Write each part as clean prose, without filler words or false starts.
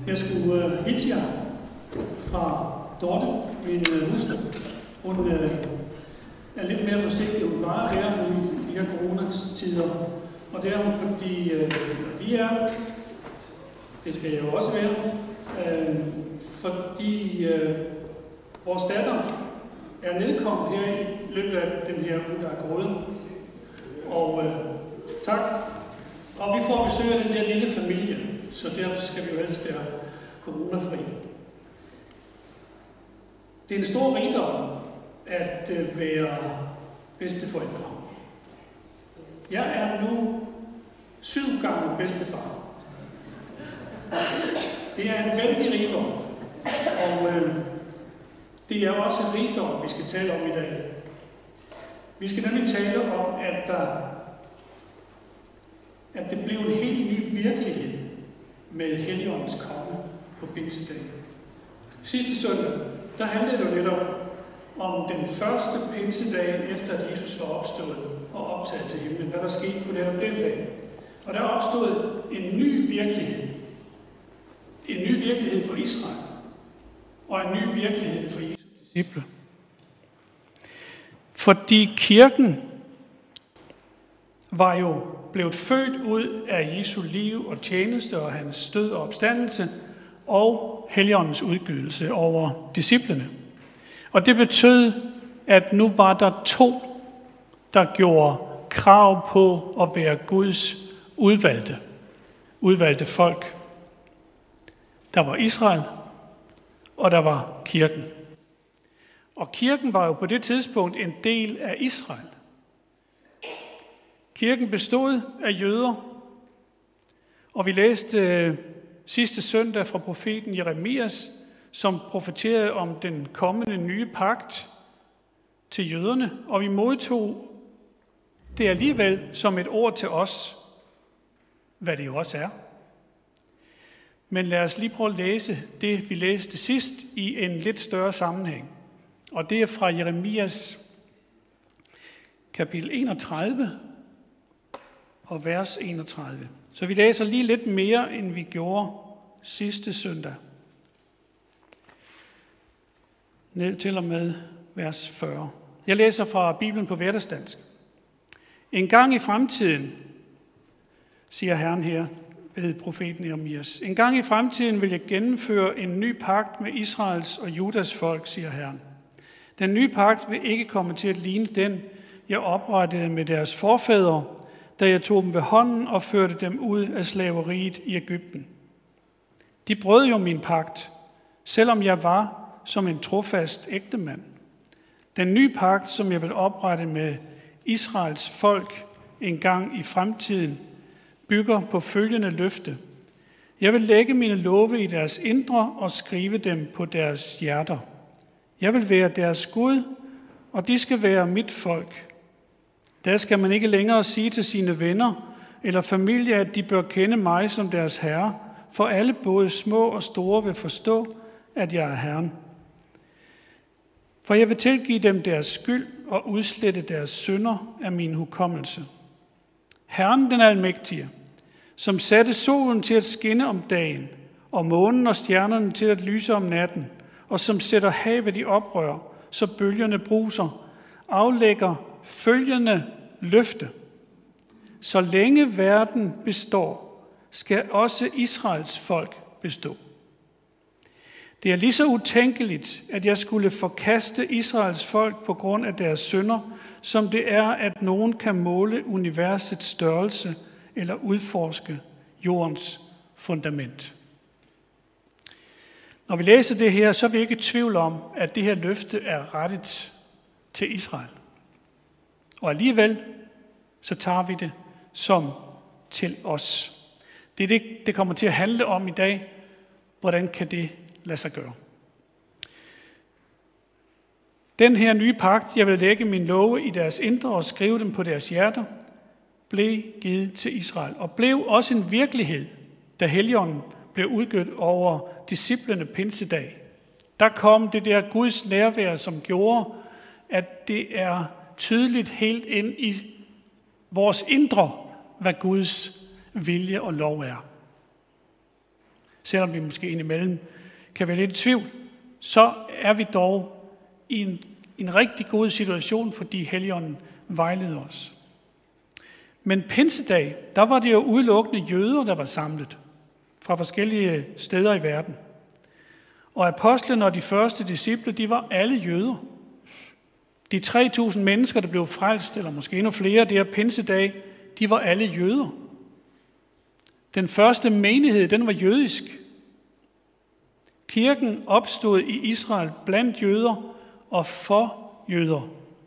Jeg skulle hilse jer fra Dorte, min hustru. Hun er lidt mere forsigtig, hun bare er her nu i de her coronatider. Og det er hun, fordi vi er, det skal jeg jo også være, fordi vores datter er nedkommet her i løbet af den her uge, der er gået. Og tak. Og vi får besøg af den der lille familie, så derfor skal vi jo helst være coronafri. Det er en stor rigdom at være bedsteforældre. Jeg er nu 7 gange bedstefar. Det er en vældig rigdom, og det er også en rigdom, vi skal tale om i dag. Vi skal nemlig tale om, at det blev en helt ny virkelighed med Helligåndens komme på pinsedag. Sidste søndag, der handlede det jo lidt om den første pinsedag, efter at Jesus var opstået og optaget til himlen, hvad der skete på netop den dag. Og der opstod en ny virkelighed. En ny virkelighed for Israel. Og en ny virkelighed for Jesu disciple. Fordi kirken var jo blevet født ud af Jesu liv og tjeneste og hans død og opstandelse og Helligåndens udgydelse over disciplene. Og det betød, at nu var der 2, der gjorde krav på at være Guds udvalgte folk. Der var Israel, og der var kirken. Og kirken var jo på det tidspunkt en del af Israel. Kirken bestod af jøder, og vi læste sidste søndag fra profeten Jeremias, som profeterede om den kommende nye pagt til jøderne, og vi modtog det alligevel som et ord til os, hvad det jo også er. Men lad os lige prøve at læse det, vi læste sidst i en lidt større sammenhæng. Og det er fra Jeremias kapitel 31 og vers 31. Så vi læser lige lidt mere, end vi gjorde sidste søndag. Ned til og med vers 40. Jeg læser fra Bibelen på hverdagsdansk. En gang i fremtiden, siger Herren her ved profeten Jeremias. En gang i fremtiden vil jeg gennemføre en ny pagt med Israels og Judas folk, siger Herren. Den nye pagt vil ikke komme til at ligne den, jeg oprettede med deres forfædre, da jeg tog dem ved hånden og førte dem ud af slaveriet i Egypten. De brød jo min pagt, selvom jeg var som en trofast ægtemand. Den nye pagt, som jeg vil oprette med Israels folk en gang i fremtiden, bygger på følgende løfte. Jeg vil lægge mine love i deres indre og skrive dem på deres hjerter. Jeg vil være deres Gud, og de skal være mit folk. Der skal man ikke længere sige til sine venner eller familie, at de bør kende mig som deres herre, for alle både små og store vil forstå, at jeg er Herren. For jeg vil tilgive dem deres skyld og udslette deres synder af min hukommelse. Herren den almægtige, som satte solen til at skinne om dagen, og månen og stjernerne til at lyse om natten, og som sætter havet i oprør, så bølgerne bruser, aflægger følgende løfte. Så længe verden består, skal også Israels folk bestå. Det er lige så utænkeligt, at jeg skulle forkaste Israels folk på grund af deres synder, som det er, at nogen kan måle universets størrelse eller udforske jordens fundament. Når vi læser det her, så er vi ikke i tvivl om, at det her løfte er rettet til Israel. Og alligevel, så tager vi det som til os. Det er det kommer til at handle om i dag. Hvordan kan det lade sig gøre? Den her nye pagt, jeg vil lægge mine love i deres indre og skrive dem på deres hjerter, blev givet til Israel og blev også en virkelighed, da Helligånden blev udgivet over disciplene pinsedag. Der kom det der Guds nærvær, som gjorde, at det er tydeligt helt ind i vores indre, hvad Guds vilje og lov er. selvom vi måske indimellem kan være lidt i tvivl, så er vi dog i en rigtig god situation, fordi Helligånden vejleder os. Men pinsedag, der var det jo udelukkende jøder, der var samlet fra forskellige steder i verden. Og apostlene og de første disciple, de var alle jøder. De 3.000 mennesker, der blev frelst, eller måske endnu flere, det her pinsedag, de var alle jøder. Den første menighed, den var jødisk. Kirken opstod i Israel blandt jøder og for jøder.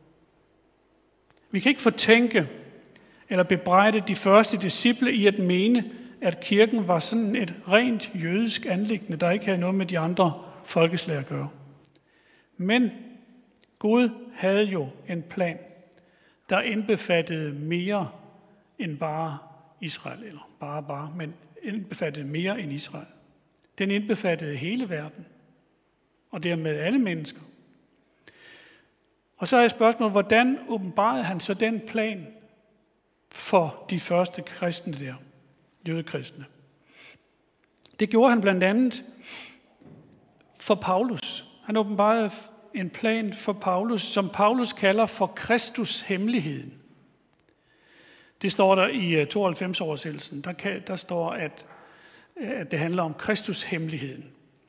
Vi kan ikke fortænke eller bebrejde de første disciple i at mene, at kirken var sådan et rent jødisk anliggende, der ikke havde noget med de andre folkeslag at gøre. Men Gud havde jo en plan, der indbefattede mere end bare Israel, eller men indbefattede mere end Israel. Den indbefattede hele verden, og dermed alle mennesker. Og så er jeg spørgsmålet, hvordan åbenbarede han så den plan for de første kristne der, jødekristne? Det gjorde han blandt andet for Paulus. Han åbenbarede en plan for Paulus, som Paulus kalder for Kristus-hemmeligheden. Det står der i 92-oversættelsen. Der står, at det handler om Kristus-hemmeligheden.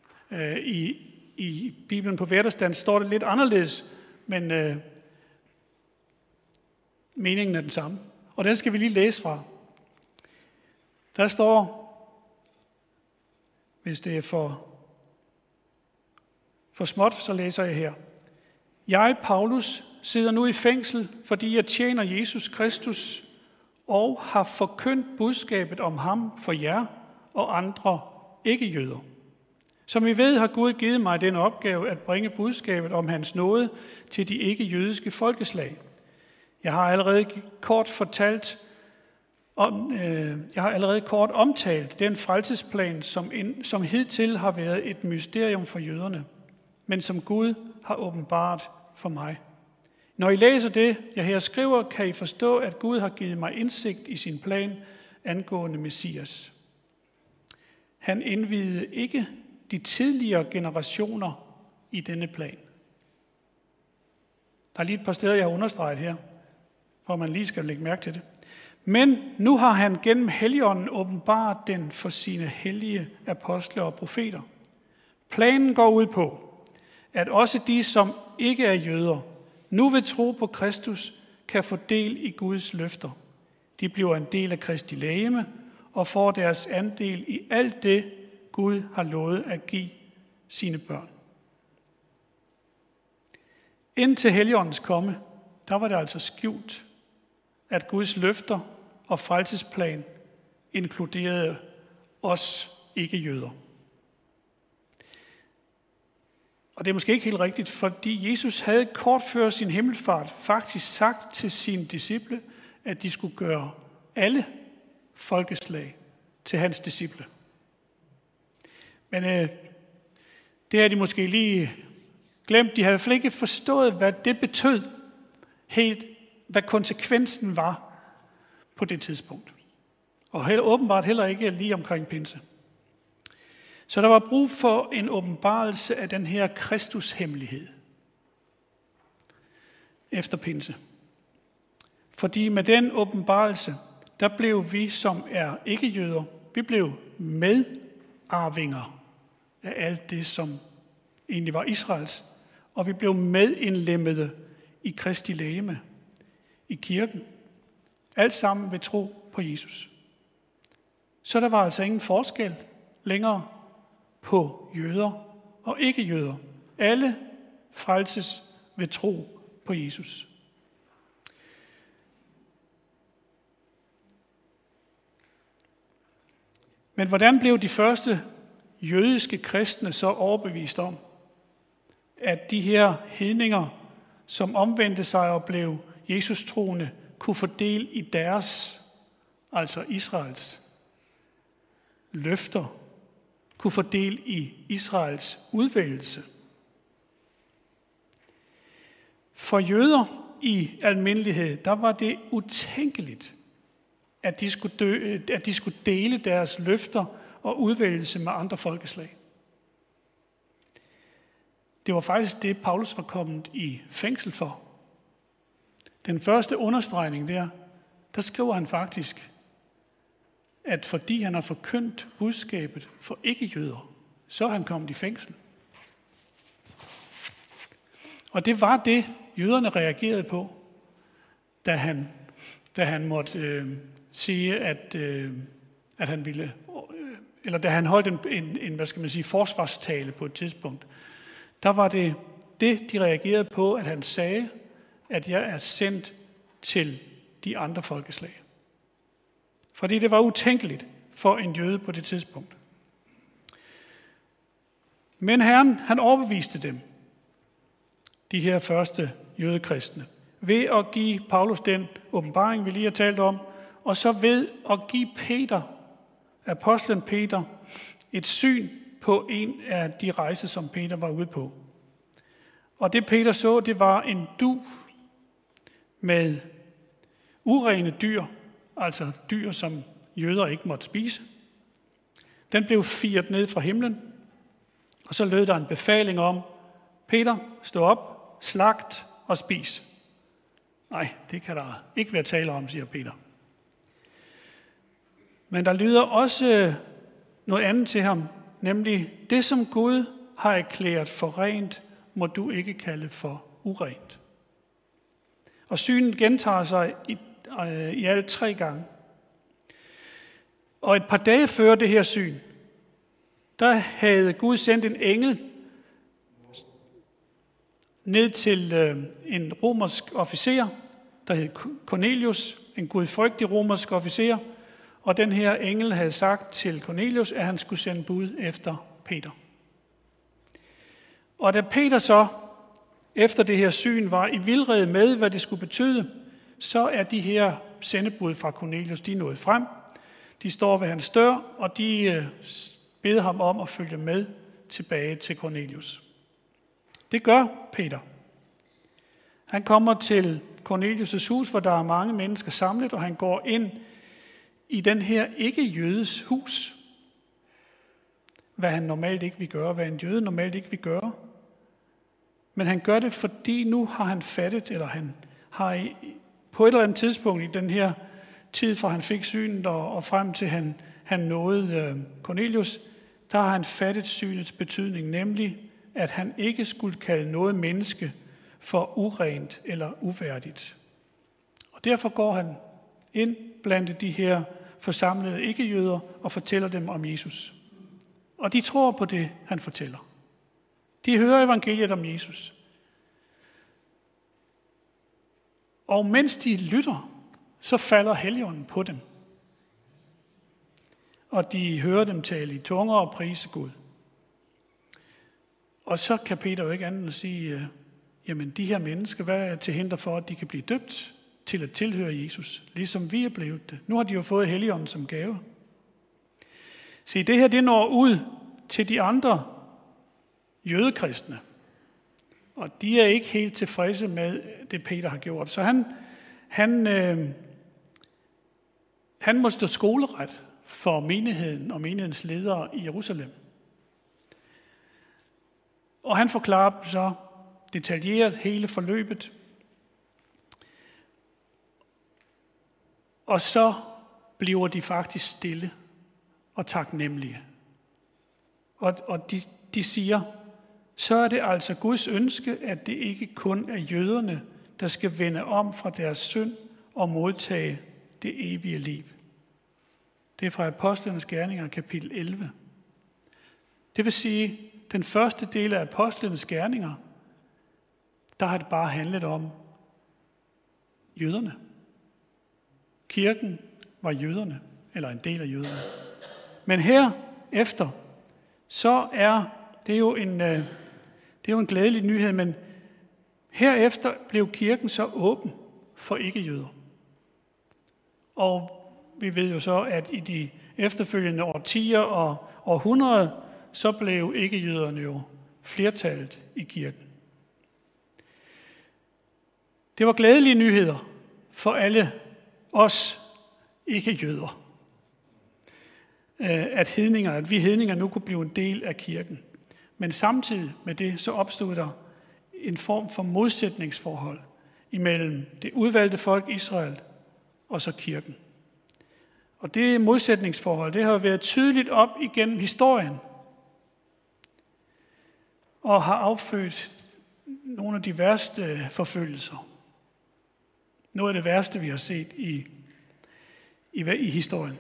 I Bibelen på Hverdagsstand står det lidt anderledes, men meningen er den samme. Og den skal vi lige læse fra. Der står, hvis det er for småt, så læser jeg her. Jeg, Paulus, sidder nu i fængsel, fordi jeg tjener Jesus Kristus og har forkyndt budskabet om ham for jer og andre ikke-jøder. Som I ved, har Gud givet mig den opgave at bringe budskabet om hans nåde til de ikke-jødiske folkeslag. Jeg har allerede kort omtalt den frelsesplan, som hidtil har været et mysterium for jøderne, men som Gud har åbenbart for mig. Når I læser det, jeg her skriver, kan I forstå, at Gud har givet mig indsigt i sin plan angående Messias. Han indviede ikke de tidligere generationer i denne plan. Der er lige et par steder, jeg har understreget her, hvor man lige skal lægge mærke til det. Men nu har han gennem Helligånden åbenbart den for sine hellige apostle og profeter. Planen går ud på, at også de, som ikke er jøder, nu ved tro på Kristus, kan få del i Guds løfter. De bliver en del af Kristi legeme og får deres andel i alt det, Gud har lovet at give sine børn. Indtil Helligåndens komme, der var det altså skjult, at Guds løfter og frelsesplan inkluderede os ikke-jøder. Og det er måske ikke helt rigtigt, fordi Jesus havde kort før sin himmelfart faktisk sagt til sine disciple, at de skulle gøre alle folkeslag til hans disciple. Men det har de måske lige glemt. De havde i hvert fald ikke forstået, hvad det betød, helt hvad konsekvensen var på det tidspunkt. Og åbenbart heller ikke lige omkring pinse. Så der var brug for en åbenbarelse af den her Kristus-hemmelighed efter pinse. Fordi med den åbenbarelse, der blev vi, som er ikke-jøder, vi blev medarvinger af alt det, som egentlig var Israels. Og vi blev medindlemmede i Kristi legeme, i kirken. Alt sammen ved tro på Jesus. Så der var altså ingen forskel længere på jøder og ikke-jøder. Alle frelses ved tro på Jesus. Men hvordan blev de første jødiske kristne så overbevist om, at de her hedninger, som omvendte sig og blev Jesus-troende, kunne få del i deres, altså Israels, løfter, kunne få del i Israels udvælgelse? For jøder i almindelighed, der var det utænkeligt, at de skulle dele deres løfter og udvælgelse med andre folkeslag. Det var faktisk det, Paulus var kommet i fængsel for. Den første understregning der skriver han faktisk, at fordi han har forkyndt budskabet for ikke-jøder, så er han kommet i fængsel. Og det var det, jøderne reagerede på, da han måtte sige, at han ville, eller da han holdt en forsvarstale på et tidspunkt. Der var det, de reagerede på, at han sagde, at jeg er sendt til de andre folkeslag. Fordi det var utænkeligt for en jøde på det tidspunkt. Men Herren, han overbeviste dem, de her første jødekristne, ved at give Paulus den åbenbaring, vi lige har talt om, og så ved at give apostlen Peter, et syn på en af de rejser, som Peter var ude på. Og det Peter så, det var en dug med urene dyr, altså dyr, som jøder ikke måtte spise. Den blev firet ned fra himlen, og så lød der en befaling om, Peter, stå op, slagt og spis. Nej, det kan der ikke være tale om, siger Peter. Men der lyder også noget andet til ham, nemlig det, som Gud har erklæret for rent, må du ikke kalde for urent. Og synet gentager sig i alt 3 gange. Og et par dage før det her syn, der havde Gud sendt en engel ned til en romersk officer, der hed Cornelius, en gudfrygtig romersk officer, og den her engel havde sagt til Cornelius, at han skulle sende bud efter Peter. Og da Peter så, efter det her syn, var i vildrede med, hvad det skulle betyde, så er de her sendebud fra Cornelius, de er nået frem. De står ved hans dør, og de beder ham om at følge med tilbage til Cornelius. Det gør Peter. Han kommer til Cornelius' hus, hvor der er mange mennesker samlet, og han går ind i den her ikke-jødes hus. Hvad han normalt ikke vil gøre, hvad en jøde normalt ikke vil gøre. Men han gør det, fordi nu har han fattet, eller han har på et eller andet tidspunkt i den her tid, fra han fik synet og frem til han nåede Cornelius, der har han fattet synets betydning, nemlig at han ikke skulle kalde noget menneske for urent eller uværdigt. Og derfor går han ind blandt de her forsamlede ikke-jøder og fortæller dem om Jesus. Og de tror på det, han fortæller. De hører evangeliet om Jesus. Og mens de lytter, så falder Helligånden på dem. Og de hører dem tale i tunger og prise Gud. Og så kan Peter jo ikke andet end at sige, jamen de her mennesker, hvad er til hinder for, at de kan blive døbt til at tilhøre Jesus, ligesom vi er blevet det. Nu har de jo fået Helligånden som gave. Se, det her, det når ud til de andre jødekristne. Og de er ikke helt tilfredse med det, Peter har gjort. Så han må stå skoleret for menigheden og menighedens ledere i Jerusalem. Og han forklarer dem så detaljeret hele forløbet. Og så bliver de faktisk stille og taknemmelige. Og de siger, så er det altså Guds ønske, at det ikke kun er jøderne, der skal vende om fra deres synd og modtage det evige liv. Det er fra Apostlenes Gerninger, kapitel 11. Det vil sige, den første del af Apostlenes Gerninger, der har det bare handlet om jøderne. Kirken var jøderne, eller en del af jøderne. Men herefter, så er det jo en glædelig nyhed, men herefter blev kirken så åben for ikke-jøder. Og vi ved jo så, at i de efterfølgende årtier og århundreder, så blev ikke-jøderne jo flertallet i kirken. Det var glædelige nyheder for alle os ikke-jøder. at vi hedninger nu kunne blive en del af kirken. Men samtidig med det, så opstod der en form for modsætningsforhold imellem det udvalgte folk Israel og så kirken. Og det modsætningsforhold, det har været tydeligt op igennem historien og har affødt nogle af de værste forfølgelser. Noget af det værste, vi har set i historien.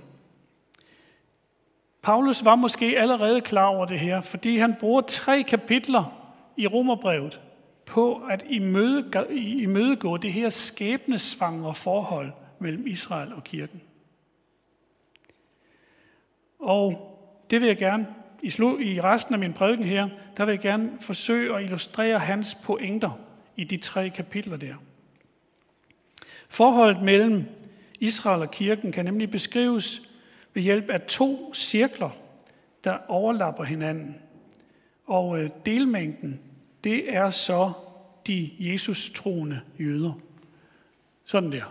Paulus var måske allerede klar over det her, fordi han bruger 3 kapitler i Romerbrevet på at imødegå det her skæbnesvangre forhold mellem Israel og kirken. Og det vil jeg gerne, i resten af min prædiken her, der vil jeg gerne forsøge at illustrere hans pointer i de 3 kapitler der. Forholdet mellem Israel og kirken kan nemlig beskrives ved hjælp af 2 cirkler, der overlapper hinanden. Og delmængden, det er så de Jesus-troende jøder. Sådan der.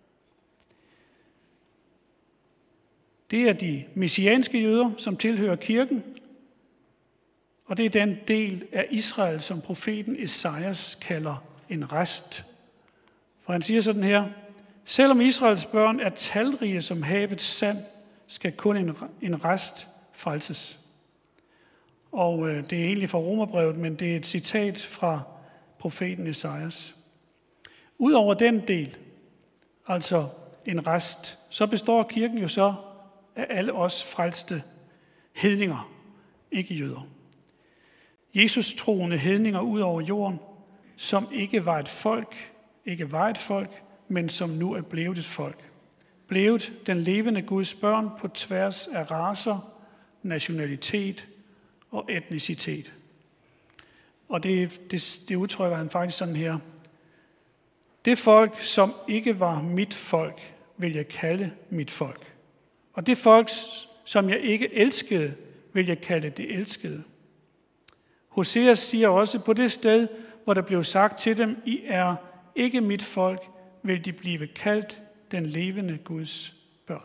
Det er de messianske jøder, som tilhører kirken, og det er den del af Israel, som profeten Esajas kalder en rest. For han siger sådan her: selvom Israels børn er talrige som havets sand, skal kun en rest frelses. Og det er egentlig fra Romerbrevet, men det er et citat fra profeten Esajas. Udover den del, altså en rest, så består kirken jo så af alle os frelste hedninger, ikke jøder. Jesus-troende hedninger ud over jorden, som ikke var et folk, men som nu er blevet et folk. Blevet den levende Guds børn på tværs af racer, nationalitet og etnicitet. Og det udtrykker han faktisk sådan her: det folk, som ikke var mit folk, vil jeg kalde mit folk. Og det folk, som jeg ikke elskede, vil jeg kalde det elskede. Hoseas siger også: på det sted, hvor der blev sagt til dem, I er ikke mit folk, vil de blive kaldt den levende Guds børn.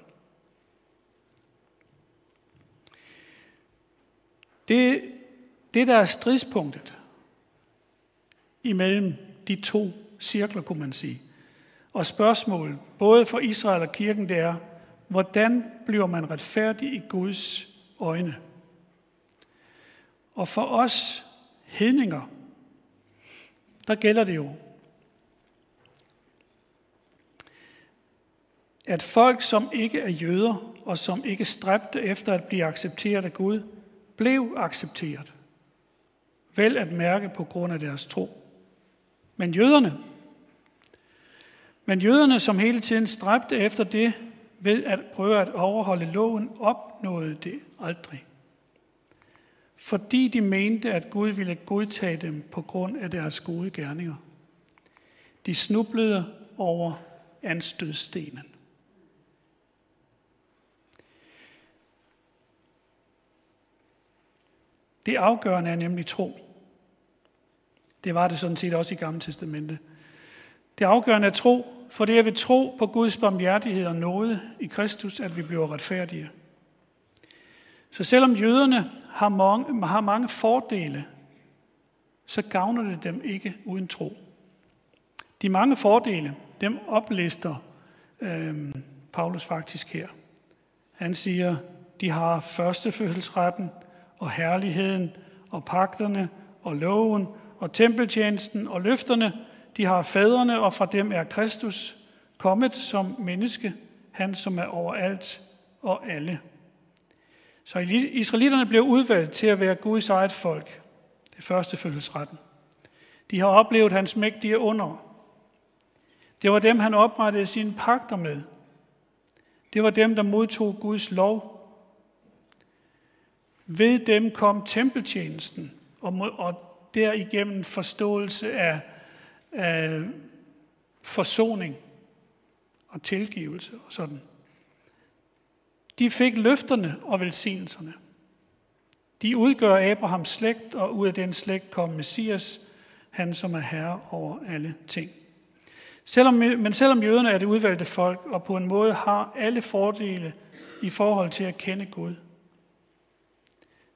Det der er stridspunktet imellem de 2 cirkler, kunne man sige, og spørgsmålet både for Israel og kirken, det er: hvordan bliver man retfærdig i Guds øjne? Og for os hedninger, der gælder det jo, at folk, som ikke er jøder, og som ikke stræbte efter at blive accepteret af Gud, blev accepteret. Vel at mærke på grund af deres tro. Men jøderne, som hele tiden stræbte efter det, ved at prøve at overholde loven, opnåede det aldrig. Fordi de mente, at Gud ville godtage dem på grund af deres gode gerninger. De snublede over anstødsstenen. Det afgørende er nemlig tro. Det var det sådan set også i Gamle Testamente. Det afgørende er tro, for det er ved tro på Guds barmhjertighed og nåde i Kristus, at vi bliver retfærdige. Så selvom jøderne har mange fordele, så gavner det dem ikke uden tro. De mange fordele, dem oplister Paulus faktisk her. Han siger, de har førstefødselsretten og herligheden og pagterne og loven og tempeltjenesten og løfterne. De har fædrene, og fra dem er Kristus kommet som menneske, han som er overalt og alle. Så israelitterne blev udvalgt til at være Guds eget folk. Det første fødselsretten. De har oplevet hans mægtige under. Det var dem, han oprettede sine pagter med. Det var dem, der modtog Guds lov. Ved dem kom tempeltjenesten, og derigennem forståelse af forsoning og tilgivelse og sådan. De fik løfterne og velsignelserne. De udgør Abrahams slægt, og ud af den slægt kom Messias, han som er herre over alle ting. Men selvom jøderne er det udvalgte folk, og på en måde har alle fordele i forhold til at kende Gud,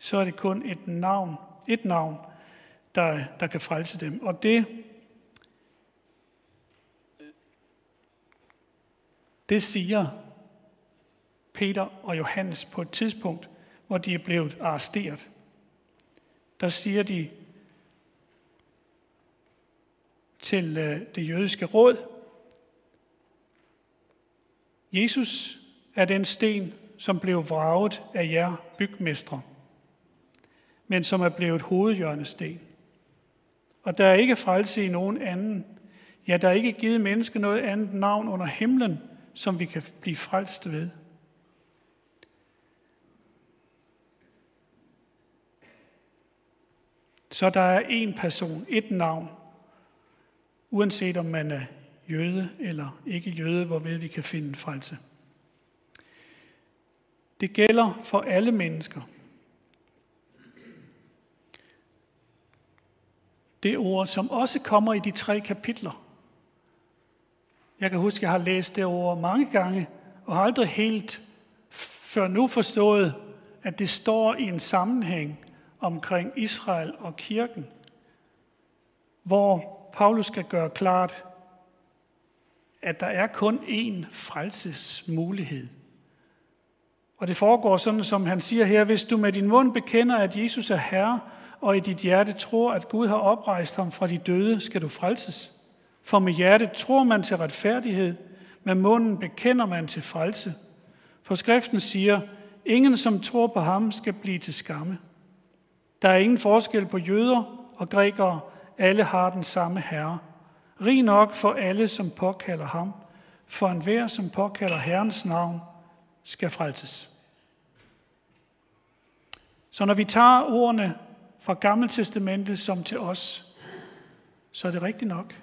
så er det kun et navn, der kan frelse dem. Og det siger Peter og Johannes på et tidspunkt, hvor de er blevet arresteret. Der siger de til det jødiske råd: Jesus er den sten, som blev vraget af jer bygmestre, men som er blevet hovedhjørnesten. Og der er ikke frelse i nogen anden. Ja, der er ikke givet menneske noget andet navn under himlen, som vi kan blive frelst ved. Så der er én person, et navn, uanset om man er jøde eller ikke jøde, hvorved vi kan finde frelse. Det gælder for alle mennesker. Det ord, som også kommer i de 3 kapitler. Jeg kan huske, at jeg har læst det ord mange gange, og har aldrig helt før nu forstået, at det står i en sammenhæng omkring Israel og kirken, hvor Paulus skal gøre klart, at der er kun én frelsesmulighed. Og det foregår sådan, som han siger her: hvis du med din mund bekender, at Jesus er Herre, og i dit hjerte tror, at Gud har oprejst ham fra de døde, skal du frelses. For med hjertet tror man til retfærdighed, med munden bekender man til frelse. For skriften siger: ingen, som tror på ham, skal blive til skamme. Der er ingen forskel på jøder og grækere. Alle har den samme Herre. Rig nok for alle, som påkalder ham. For enhver, som påkalder Herrens navn, skal frelses. Så når vi tager ordene fra Gammeltestamentet som til os, så er det rigtigt nok.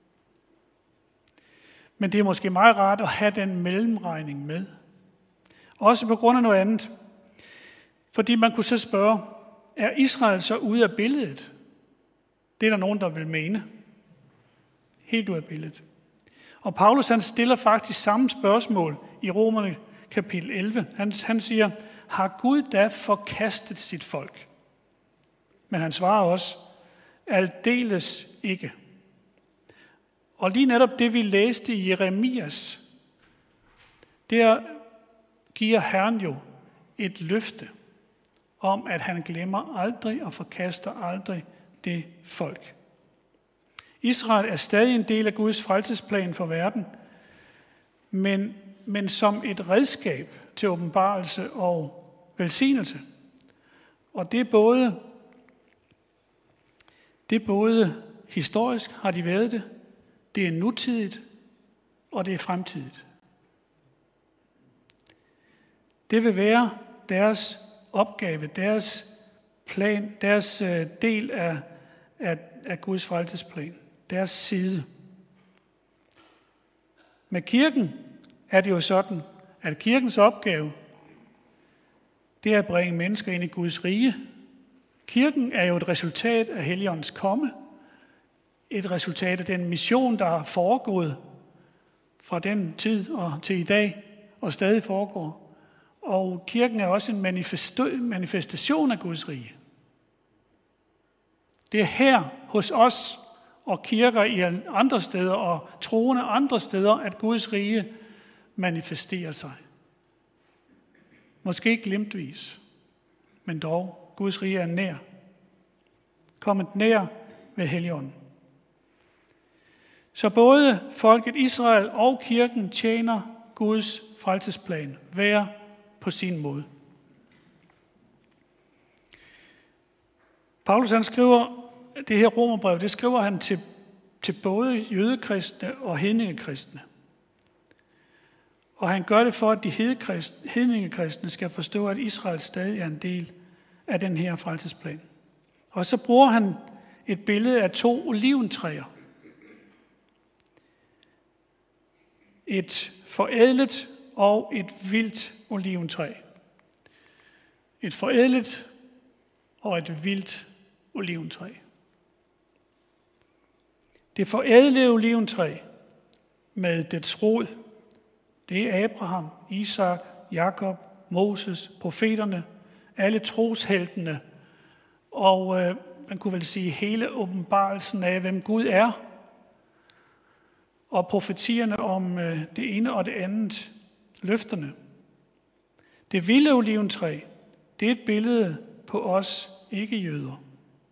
Men det er måske meget rart at have den mellemregning med. Også på grund af noget andet. Fordi man kunne så spørge, er Israel så ude af billedet? Det er der nogen, der vil mene. Helt ude af billedet. Og Paulus han stiller faktisk samme spørgsmål i Romerne kapitel 11. Han siger: har Gud da forkastet sit folk? Men han svarer også: aldeles ikke. Og lige netop det, vi læste i Jeremias, der giver Herren jo et løfte om, at han glemmer aldrig og forkaster aldrig det folk. Israel er stadig en del af Guds frelsesplan for verden, men som et redskab til åbenbarelse og velsignelse. Og det er både historisk har de været det, det er nutidigt, og det er fremtidigt. Det vil være deres opgave, deres plan, deres del af Guds frelsesplan, deres side. Med kirken er det jo sådan, at kirkens opgave, det er at bringe mennesker ind i Guds rige. Kirken er jo et resultat af Helligåndens komme, et resultat af den mission, der er foregået fra den tid og til i dag, og stadig foregår. Og kirken er også en manifestation af Guds rige. Det er her hos os og kirker i andre steder og troende andre steder, at Guds rige manifesterer sig. Måske ikke glimtvis, men dog, Guds rige er nær. Kommet nær ved Helligånden. Så både folket Israel og kirken tjener Guds frelsesplan, hver på sin måde. Paulus han skriver, det her romerbrev, det skriver han til både jødekristne og hedningekristne. Og han gør det for, at de hedningekristne skal forstå, at Israel stadig er en del af den her frelsesplan. Og så bruger han et billede af 2 oliventræer. Et forædlet og et vildt oliventræ. Et forædlet og et vildt oliventræ. Det forædlede oliventræ med dets rod, det er Abraham, Isak, Jakob, Moses, profeterne, alle trosheltene, og man kunne vel sige hele åbenbarelsen af, hvem Gud er, og profetierne om det ene og det andet, løfterne. Det vilde oliventræ, det er et billede på os ikke-jøder.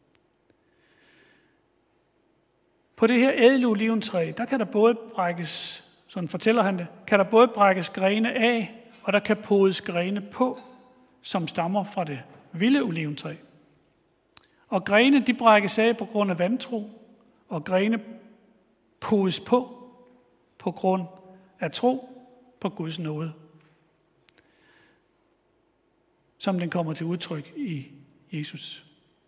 På det her ædle oliventræ, der kan der både brækkes, sådan fortæller han det, kan der både brækkes grene af, og der kan podes grene på, som stammer fra det vilde oliventræ. Og grene, de brækkes af på grund af vantro, og grene podes på grund af tro på Guds nåde, som den kommer til udtryk i Jesus.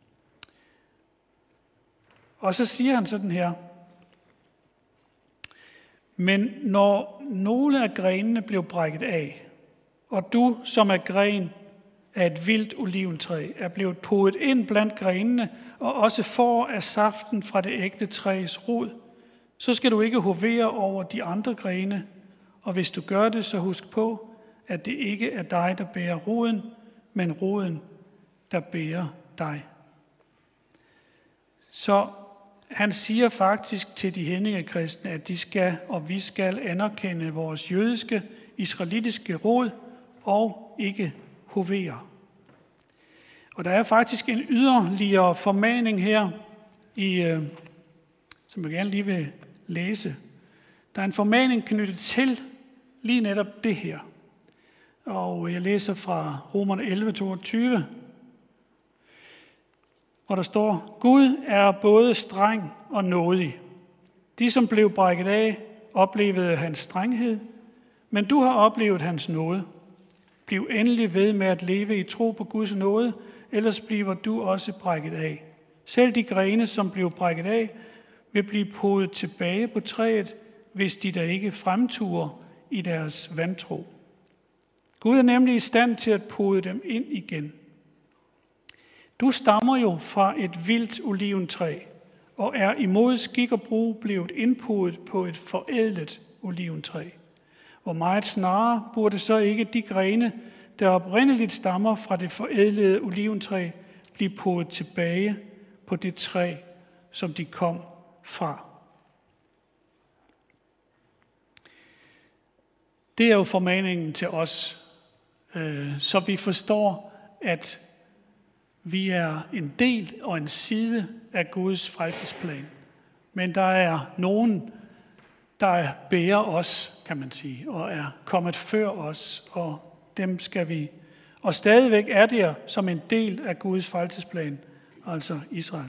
Og så siger han sådan her: men når nogle af grenene blev brækket af, og du, som er gren af et vildt oliventræ, er blevet podet ind blandt grenene, og også får af saften fra det ægte træs rod, så skal du ikke hovere over de andre grene, og hvis du gør det, så husk på, at det ikke er dig, der bærer roden, men roden, der bærer dig. Så han siger faktisk til de hedningekristne, at de skal og vi skal anerkende vores jødiske, israelitiske rod og ikke hovere. Og der er faktisk en yderligere formaning her, som jeg gerne lige vil læse. Der er en formaning knyttet til lige netop det her. Og jeg læser fra Romerne 11:22, hvor der står: Gud er både streng og nådig. De, som blev brækket af, oplevede hans strenghed, men du har oplevet hans nåde. Bliv endelig ved med at leve i tro på Guds nåde, ellers bliver du også brækket af. Selv de grene, som blev brækket af, vil blive podet tilbage på træet, hvis de der ikke fremturer i deres vantro. Gud er nemlig i stand til at pode dem ind igen. Du stammer jo fra et vildt oliventræ, og er imod skik og brug blevet indpodet på et forædlet oliventræ. Hvor meget snarere burde så ikke de grene, der oprindeligt stammer fra det forædlede oliventræ, blive podet tilbage på det træ, som de kom fra. Det er jo formaningen til os, så vi forstår, at vi er en del og en side af Guds frelsesplan. Men der er nogen, der bærer os, kan man sige, og er kommet før os, og dem skal vi, og stadigvæk er der som en del af Guds frelsesplan, altså Israel.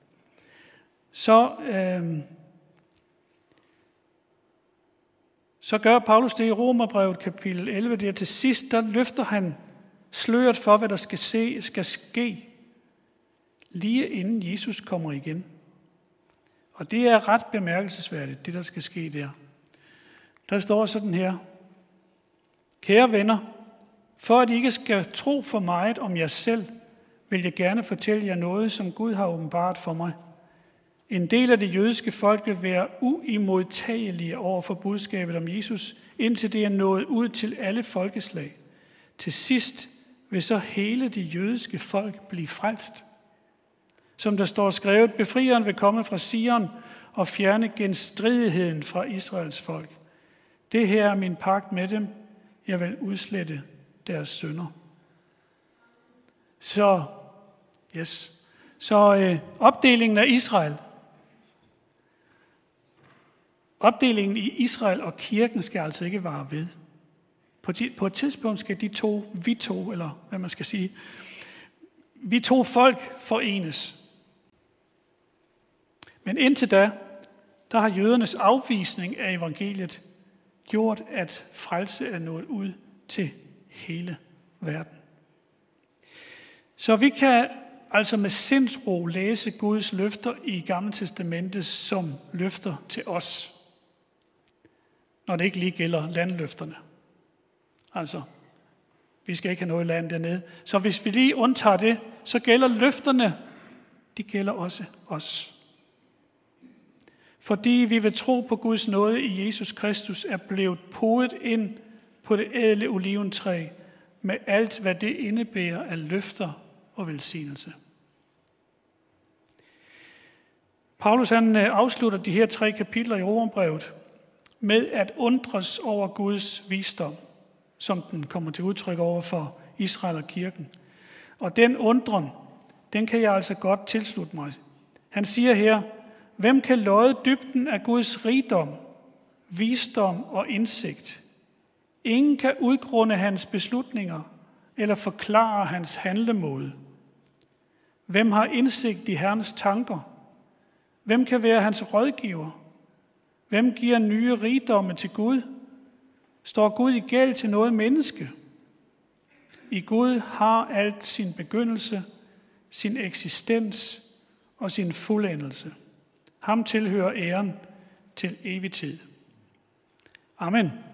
Så gør Paulus det i Romerbrevet kapitel 11, der til sidst, der løfter han sløret for, hvad der skal ske, lige inden Jesus kommer igen. Og det er ret bemærkelsesværdigt, det der skal ske der. Der står sådan her: Kære venner, for at I ikke skal tro for meget om jer selv, vil jeg gerne fortælle jer noget, som Gud har åbenbart for mig. En del af det jødiske folk vil være uimodtagelige over for budskabet om Jesus, indtil det er nået ud til alle folkeslag. Til sidst vil så hele det jødiske folk blive frelst. Som der står skrevet, befrieren vil komme fra Sion og fjerne genstridigheden fra Israels folk. Det her er min pagt med dem. Jeg vil udslette deres synder. Så opdelingen af Israel. Opdelingen i Israel og kirken skal altså ikke vare ved. På et tidspunkt skal vi to folk forenes. Men indtil da, der har jødernes afvisning af evangeliet gjort, at frelse er nået ud til hele verden. Så vi kan altså med sindsro læse Guds løfter i Gamle Testamentet som løfter til os, når det ikke lige gælder landløfterne. Altså, vi skal ikke have noget land dernede. Så hvis vi lige undtager det, så gælder løfterne, de gælder også os. Fordi vi ved tro på Guds nåde i Jesus Kristus er blevet podet ind på det ædle oliventræ med alt, hvad det indebærer af løfter og velsignelse. Paulus han afslutter de her 3 kapitler i Romerbrevet med at undres over Guds visdom, som den kommer til udtryk over for Israel og kirken. Og den undren, den kan jeg altså godt tilslutte mig. Han siger her, hvem kan lodde dybden af Guds rigdom, visdom og indsigt? Ingen kan udgrunde hans beslutninger eller forklare hans handlemåde. Hvem har indsigt i Herrens tanker? Hvem kan være hans rådgiver? Hvem giver nye rigdomme til Gud? Står Gud i gæld til noget menneske? I Gud har alt sin begyndelse, sin eksistens og sin fuldendelse. Ham tilhører æren til evig tid. Amen.